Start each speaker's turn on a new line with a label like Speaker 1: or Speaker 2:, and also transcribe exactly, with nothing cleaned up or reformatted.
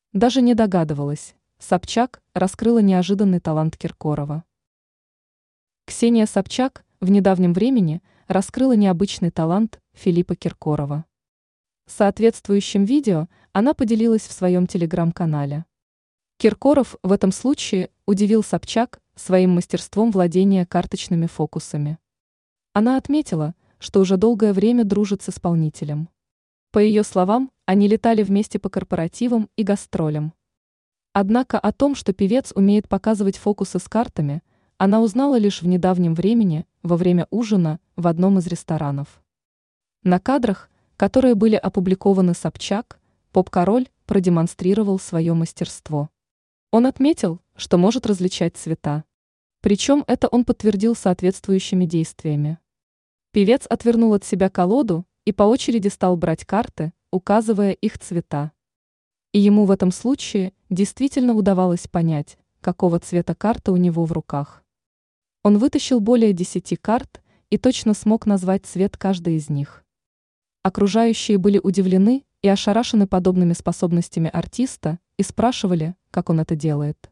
Speaker 1: Даже не догадывалась. Собчак раскрыла неожиданный талант Киркорова. Ксения Собчак в недавнем времени раскрыла необычный талант Филиппа Киркорова. Соответствующим видео она поделилась в своем телеграм-канале. Киркоров в этом случае удивил Собчак своим мастерством владения карточными фокусами. Она отметила, что уже долгое время дружит с исполнителем. По ее словам, они летали вместе по корпоративам и гастролям. Однако о том, что певец умеет показывать фокусы с картами, она узнала лишь в недавнем времени, во время ужина в одном из ресторанов. На кадрах, которые были опубликованы Собчак, поп-король продемонстрировал свое мастерство. Он отметил, что может различать цвета. Причем это он подтвердил соответствующими действиями. Певец отвернул от себя колоду и по очереди стал брать карты, указывая их цвета. И ему в этом случае действительно удавалось понять, какого цвета карта у него в руках. Он вытащил более десяти карт и точно смог назвать цвет каждой из них. Окружающие были удивлены и ошарашены подобными способностями артиста и спрашивали, как он это делает.